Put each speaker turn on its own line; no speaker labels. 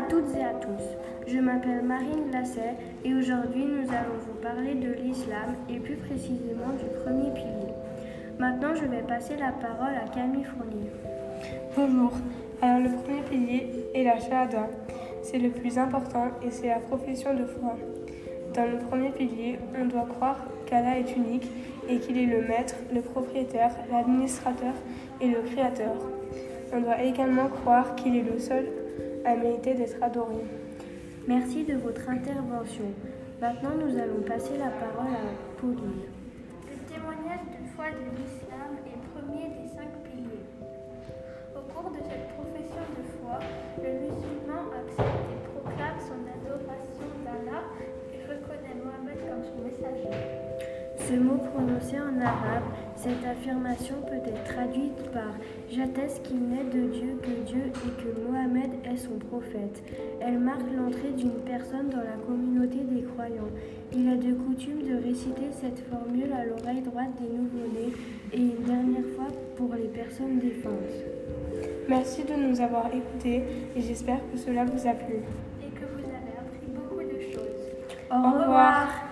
à toutes et à tous, je m'appelle Marine Glasset et aujourd'hui nous allons vous parler de l'islam et plus précisément du premier pilier. Maintenant je vais passer la parole à Camille Fournier.
Bonjour, alors le premier pilier est la shahada. C'est le plus important et c'est la profession de foi. Dans le premier pilier, on doit croire qu'Allah est unique et qu'il est le maître, le propriétaire, l'administrateur et le créateur. On doit également croire qu'il est le seul à mériter d'être adoré.
Merci de votre intervention. Maintenant nous allons passer la parole à Pauline.
Le témoignage de foi de l'islam est le premier des 5 piliers. Au cours de cette profession de foi, le musulman accepte et proclame son adoration d'Allah et reconnaît Mohammed comme son messager.
Ce mot prononcé en arabe, cette affirmation peut être traduite par « J'atteste qu'il n'est de Dieu que Dieu et que Mohammed est son prophète ». Elle marque l'entrée d'une personne dans la communauté des croyants. Il est de coutume de réciter cette formule à l'oreille droite des nouveau-nés et une dernière fois pour les personnes défuntes.
Merci de nous avoir écoutés et j'espère que cela vous a plu.
Et que vous avez appris beaucoup de choses.
Au revoir.